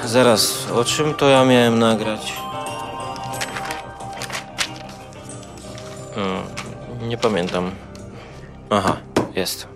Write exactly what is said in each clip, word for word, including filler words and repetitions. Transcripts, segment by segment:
Zaraz, o czym to ja miałem nagrać? Hmm, nie pamiętam. Aha, jest.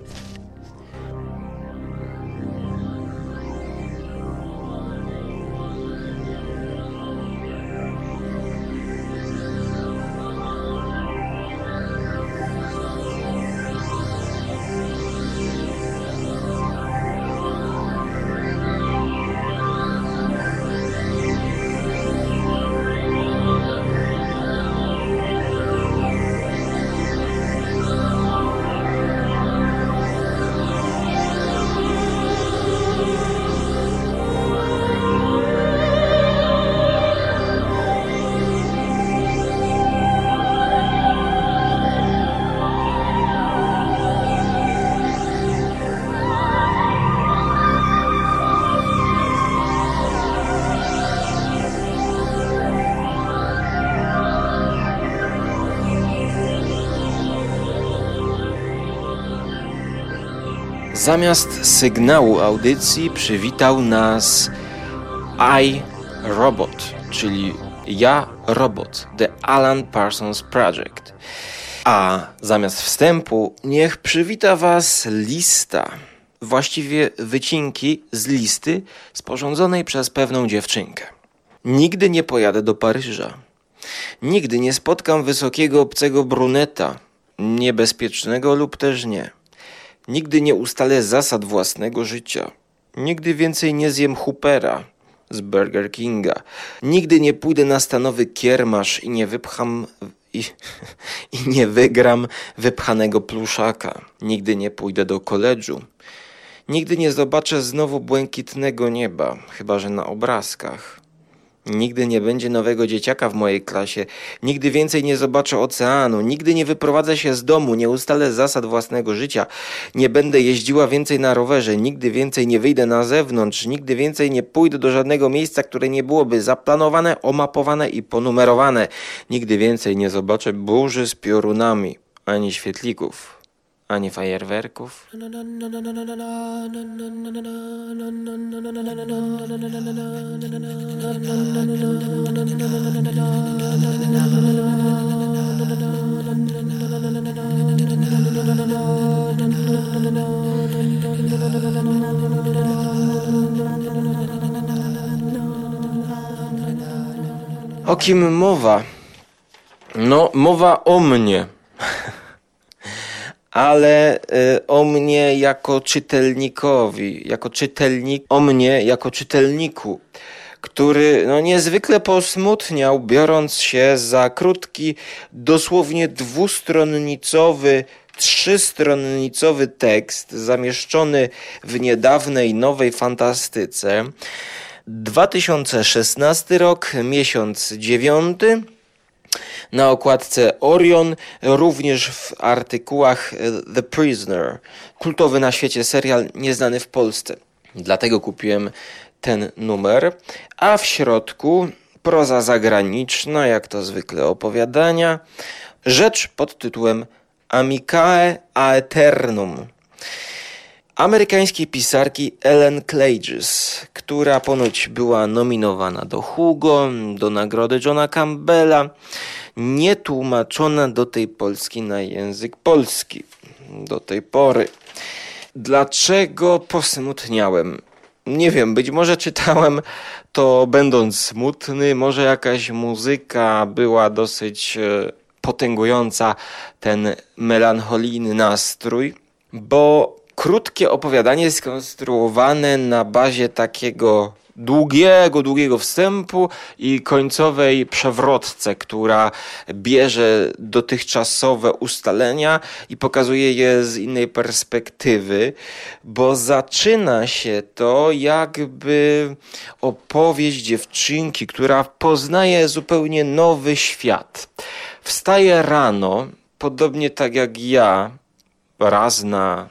Zamiast sygnału audycji przywitał nas I, Robot, czyli Ja, Robot, The Alan Parsons Project. A zamiast wstępu niech przywita was lista, właściwie wycinki z listy sporządzonej przez pewną dziewczynkę. Nigdy nie pojadę do Paryża. Nigdy nie spotkam wysokiego obcego bruneta, niebezpiecznego lub też nie. Nigdy nie ustalę zasad własnego życia. Nigdy więcej nie zjem Hoopera z Burger Kinga. Nigdy nie pójdę na stanowy kiermasz i nie wypcham i, i nie wygram wypchanego pluszaka. Nigdy nie pójdę do koledżu. Nigdy nie zobaczę znowu błękitnego nieba, chyba że na obrazkach. Nigdy nie będzie nowego dzieciaka w mojej klasie. Nigdy więcej nie zobaczę oceanu. Nigdy nie wyprowadzę się z domu. Nie ustalę zasad własnego życia. Nie będę jeździła więcej na rowerze. Nigdy więcej nie wyjdę na zewnątrz. Nigdy więcej nie pójdę do żadnego miejsca, które nie byłoby zaplanowane, omapowane i ponumerowane. Nigdy więcej nie zobaczę burzy z piorunami, ani świetlików, ani fajerwerków. O kim mowa? No, mowa o mnie. Ale y, o mnie jako czytelnikowi, jako czytelnik, o mnie jako czytelniku, który no, niezwykle posmutniał, biorąc się za krótki, dosłownie dwustronnicowy, trzystronnicowy tekst zamieszczony w niedawnej nowej fantastyce. dwa tysiące szesnasty rok, miesiąc dziewiąty. Na okładce Orion, również w artykułach The Prisoner, kultowy na świecie serial, nieznany w Polsce. Dlatego kupiłem ten numer, a w środku proza zagraniczna, jak to zwykle opowiadania, rzecz pod tytułem Amicae Aeternum amerykańskiej pisarki Ellen Klages, która ponoć była nominowana do Hugo, do nagrody Johna Campbella, nietłumaczona do tej Polski na język polski do tej pory. Dlaczego posmutniałem? Nie wiem, być może czytałem to będąc smutny, może jakaś muzyka była dosyć potęgująca ten melancholijny nastrój, bo krótkie opowiadanie skonstruowane na bazie takiego długiego, długiego wstępu i końcowej przewrotce, która bierze dotychczasowe ustalenia i pokazuje je z innej perspektywy, bo zaczyna się to jakby opowieść dziewczynki, która poznaje zupełnie nowy świat. Wstaje rano, podobnie tak jak ja, raz na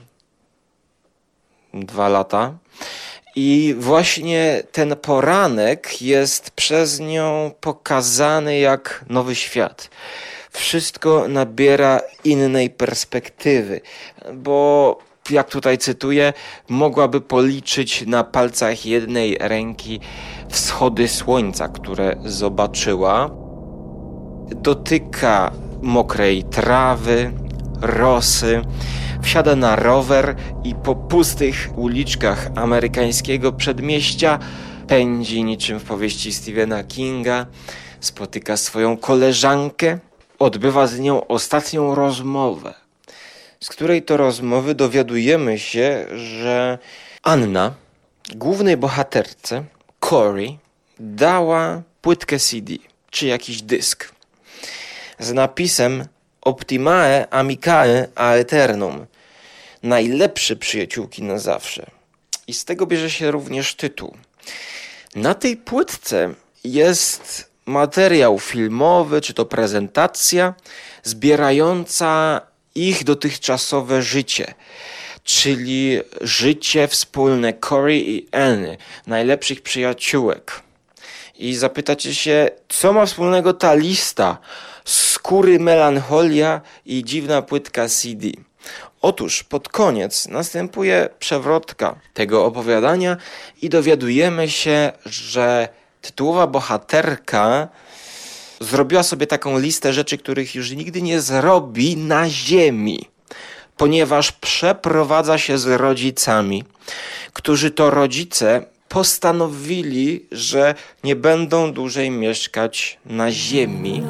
dwa lata, i właśnie ten poranek jest przez nią pokazany jak nowy świat. Wszystko nabiera innej perspektywy, bo jak tutaj cytuję, mogłaby policzyć na palcach jednej ręki wschody słońca, które zobaczyła. Dotyka mokrej trawy, rosy, wsiada na rower i po pustych uliczkach amerykańskiego przedmieścia pędzi niczym w powieści Stephena Kinga, spotyka swoją koleżankę, odbywa z nią ostatnią rozmowę, z której to rozmowy dowiadujemy się, że Anna, głównej bohaterce, Corey, dała płytkę C D, czy jakiś dysk, z napisem Optimae amicae aeternum, najlepsze przyjaciółki na zawsze. I z tego bierze się również tytuł. Na tej płytce jest materiał filmowy, czy to prezentacja, zbierająca ich dotychczasowe życie, czyli życie wspólne Corey i Anny, najlepszych przyjaciółek. I zapytacie się, co ma wspólnego ta lista Skóry, melancholia i dziwna płytka C D. Otóż pod koniec następuje przewrotka tego opowiadania i dowiadujemy się, że tytułowa bohaterka zrobiła sobie taką listę rzeczy, których już nigdy nie zrobi na ziemi, ponieważ przeprowadza się z rodzicami, którzy to rodzice postanowili, że nie będą dłużej mieszkać na ziemi.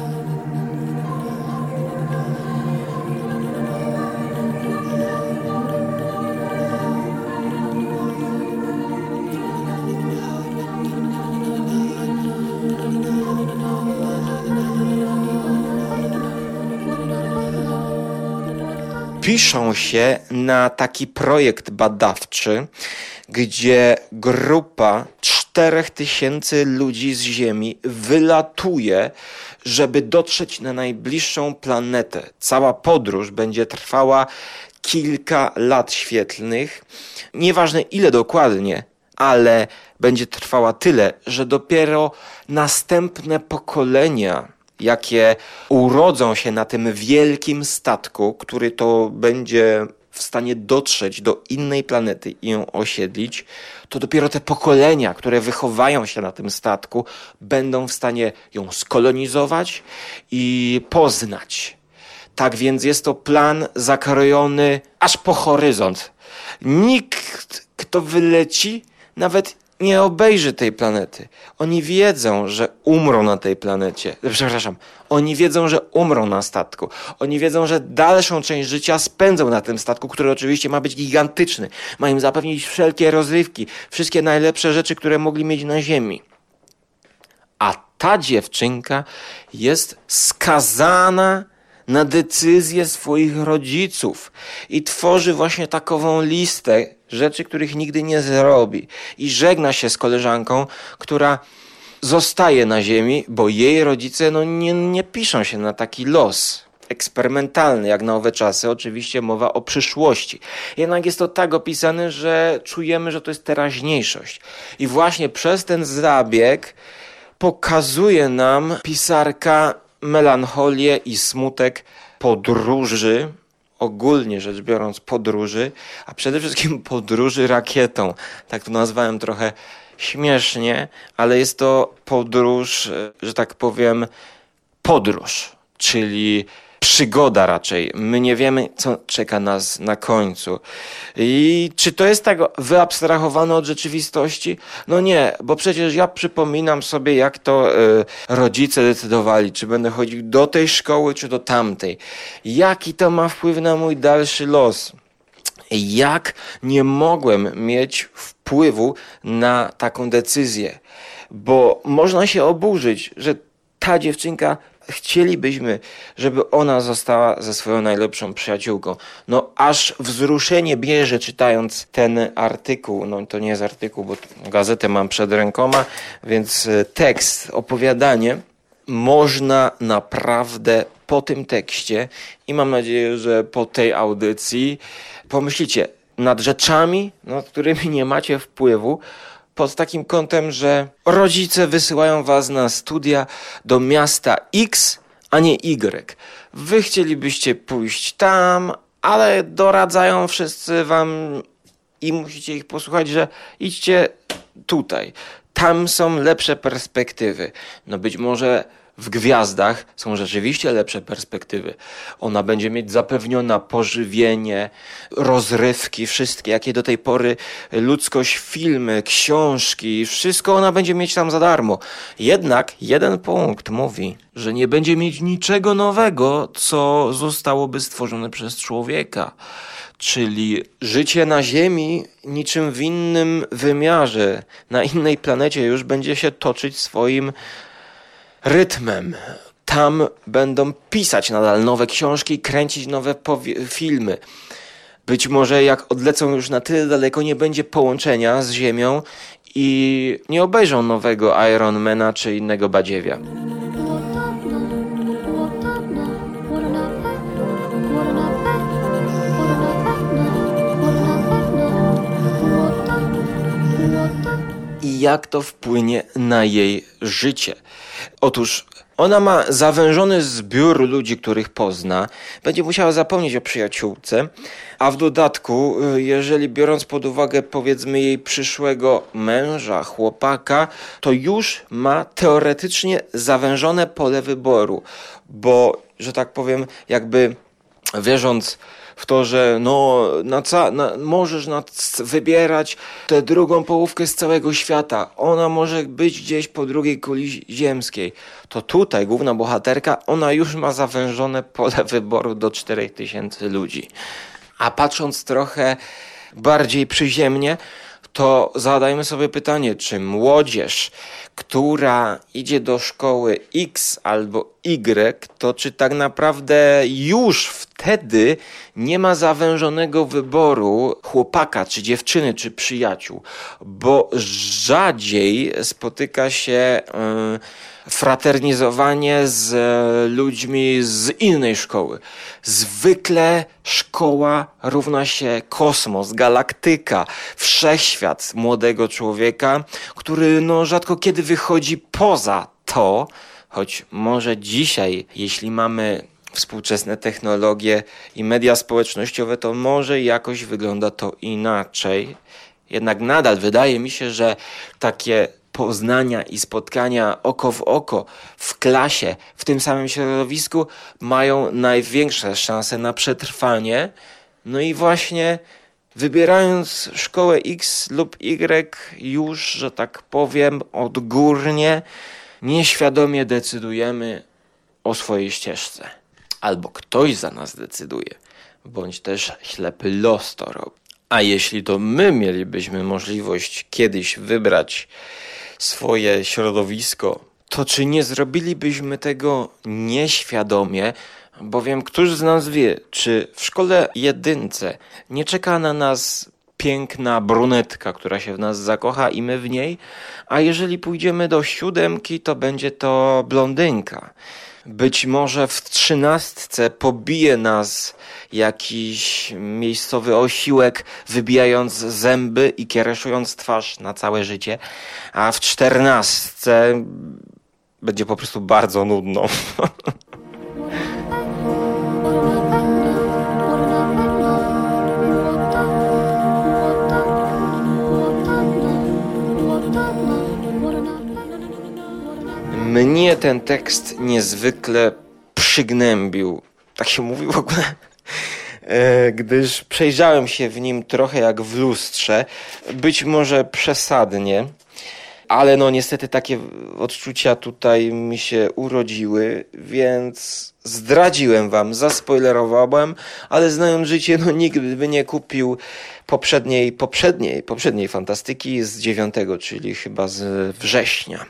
Piszą się na taki projekt badawczy, gdzie grupa czterech tysięcy ludzi z Ziemi wylatuje, żeby dotrzeć na najbliższą planetę. Cała podróż będzie trwała kilka lat świetlnych. Nieważne ile dokładnie, ale będzie trwała tyle, że dopiero następne pokolenia, jakie urodzą się na tym wielkim statku, który to będzie w stanie dotrzeć do innej planety i ją osiedlić, to dopiero te pokolenia, które wychowają się na tym statku, będą w stanie ją skolonizować i poznać. Tak więc jest to plan zakrojony aż po horyzont. Nikt, kto wyleci, nawet nie obejrzy tej planety. Oni wiedzą, że umrą na tej planecie. Przepraszam, oni wiedzą, że umrą na statku. Oni wiedzą, że dalszą część życia spędzą na tym statku, który oczywiście ma być gigantyczny. Ma im zapewnić wszelkie rozrywki, wszystkie najlepsze rzeczy, które mogli mieć na ziemi. A ta dziewczynka jest skazana na decyzję swoich rodziców i tworzy właśnie takową listę rzeczy, których nigdy nie zrobi. I żegna się z koleżanką, która zostaje na ziemi, bo jej rodzice no, nie, nie piszą się na taki los eksperymentalny, jak na owe czasy. Oczywiście mowa o przyszłości. Jednak jest to tak opisane, że czujemy, że to jest teraźniejszość. I właśnie przez ten zabieg pokazuje nam pisarka melancholię i smutek podróży, ogólnie rzecz biorąc podróży, a przede wszystkim podróży rakietą. Tak to nazwałem trochę śmiesznie, ale jest to podróż, że tak powiem, podróż, czyli przygoda raczej. My nie wiemy, co czeka nas na końcu. I czy to jest tak wyabstrahowane od rzeczywistości? No nie, bo przecież ja przypominam sobie, jak to y, rodzice decydowali, czy będę chodził do tej szkoły, czy do tamtej. Jaki to ma wpływ na mój dalszy los? Jak nie mogłem mieć wpływu na taką decyzję? Bo można się oburzyć, że ta dziewczynka, chcielibyśmy, żeby ona została ze swoją najlepszą przyjaciółką. No aż wzruszenie bierze, czytając ten artykuł. No to nie jest artykuł, bo gazetę mam przed rękoma, więc tekst, opowiadanie. Można naprawdę po tym tekście i mam nadzieję, że po tej audycji pomyślicie nad rzeczami, nad którymi nie macie wpływu, pod takim kątem, że rodzice wysyłają was na studia do miasta X, a nie Y. Wy chcielibyście pójść tam, ale doradzają wszyscy wam i musicie ich posłuchać, że idźcie tutaj. Tam są lepsze perspektywy. No być może w Gwiazdach są rzeczywiście lepsze perspektywy. Ona będzie mieć zapewnione pożywienie, rozrywki, wszystkie, jakie do tej pory ludzkość, filmy, książki, wszystko ona będzie mieć tam za darmo. Jednak jeden punkt mówi, że nie będzie mieć niczego nowego, co zostałoby stworzone przez człowieka. Czyli życie na Ziemi niczym w innym wymiarze, na innej planecie już będzie się toczyć swoim rytmem. Tam będą pisać nadal nowe książki, kręcić nowe powie- filmy. Być może jak odlecą już na tyle daleko, nie będzie połączenia z Ziemią i nie obejrzą nowego Ironmana czy innego badziewia. I jak to wpłynie na jej życie? Otóż ona ma zawężony zbiór ludzi, których pozna. Będzie musiała zapomnieć o przyjaciółce, a w dodatku, jeżeli biorąc pod uwagę powiedzmy jej przyszłego męża, chłopaka, to już ma teoretycznie zawężone pole wyboru, bo, że tak powiem, jakby wierząc w to, że no, na ca- na, możesz na c- wybierać tę drugą połówkę z całego świata. Ona może być gdzieś po drugiej kuli ziemskiej. To tutaj główna bohaterka, ona już ma zawężone pole wyboru do czterech tysięcy ludzi. A patrząc trochę bardziej przyziemnie, to zadajmy sobie pytanie, czy młodzież, która idzie do szkoły X albo Y, to czy tak naprawdę już wtedy nie ma zawężonego wyboru chłopaka, czy dziewczyny, czy przyjaciół, bo rzadziej spotyka się yy, fraternizowanie z ludźmi z innej szkoły. Zwykle szkoła równa się kosmos, galaktyka, wszechświat młodego człowieka, który no rzadko kiedy wychodzi poza to, choć może dzisiaj, jeśli mamy współczesne technologie i media społecznościowe, to może jakoś wygląda to inaczej. Jednak nadal wydaje mi się, że takie poznania i spotkania oko w oko w klasie, w tym samym środowisku mają największe szanse na przetrwanie. No i właśnie wybierając szkołę X lub Y już, że tak powiem, odgórnie, nieświadomie decydujemy o swojej ścieżce. Albo ktoś za nas decyduje, bądź też ślepy los to robi. A jeśli to my mielibyśmy możliwość kiedyś wybrać swoje środowisko, to czy nie zrobilibyśmy tego nieświadomie, bowiem któż z nas wie, czy w szkole jedynce nie czeka na nas piękna brunetka, która się w nas zakocha i my w niej, a jeżeli pójdziemy do siódemki, to będzie to blondynka. Być może w trzynastce pobije nas jakiś miejscowy osiłek, wybijając zęby i kiereszując twarz na całe życie, a w czternastce będzie po prostu bardzo nudno. Mnie ten tekst niezwykle przygnębił. Tak się mówi w ogóle? E, gdyż przejrzałem się w nim trochę jak w lustrze. Być może przesadnie, ale no niestety takie odczucia tutaj mi się urodziły, więc zdradziłem wam, zaspoilerowałem, ale znając życie, no nikt by nie kupił poprzedniej, poprzedniej, poprzedniej fantastyki z dziewiątego, czyli chyba z września.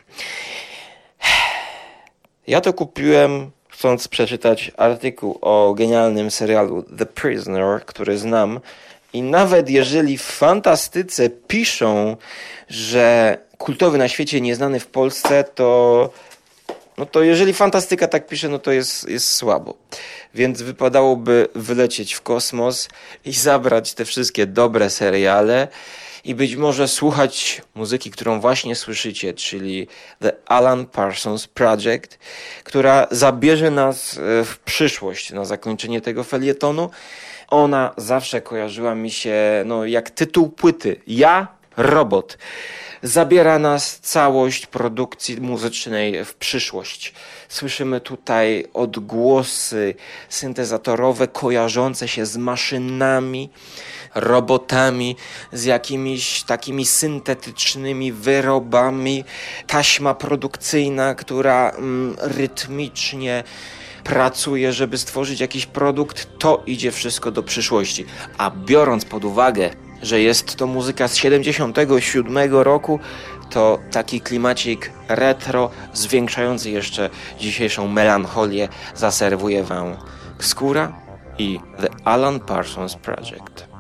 Ja to kupiłem, chcąc przeczytać artykuł o genialnym serialu The Prisoner, który znam. I nawet jeżeli w fantastyce piszą, że kultowy na świecie, nieznany w Polsce, to no to jeżeli fantastyka tak pisze, no to jest, jest słabo. Więc wypadałoby wylecieć w kosmos i zabrać te wszystkie dobre seriale i być może słuchać muzyki, którą właśnie słyszycie, czyli The Alan Parsons Project, która zabierze nas w przyszłość na zakończenie tego felietonu, Ona zawsze kojarzyła mi się, no, jak tytuł płyty. Ja, robot. Zabiera nas całość produkcji muzycznej w przyszłość. Słyszymy tutaj odgłosy syntezatorowe kojarzące się z maszynami, robotami, z jakimiś takimi syntetycznymi wyrobami. Taśma produkcyjna, która mm, rytmicznie pracuje, żeby stworzyć jakiś produkt. To idzie wszystko do przyszłości. A biorąc pod uwagę, że jest to muzyka z siedemdziesiątego siódmego roku, to taki klimacik retro, zwiększający jeszcze dzisiejszą melancholię, zaserwuje wam Skóra i The Alan Parsons Project.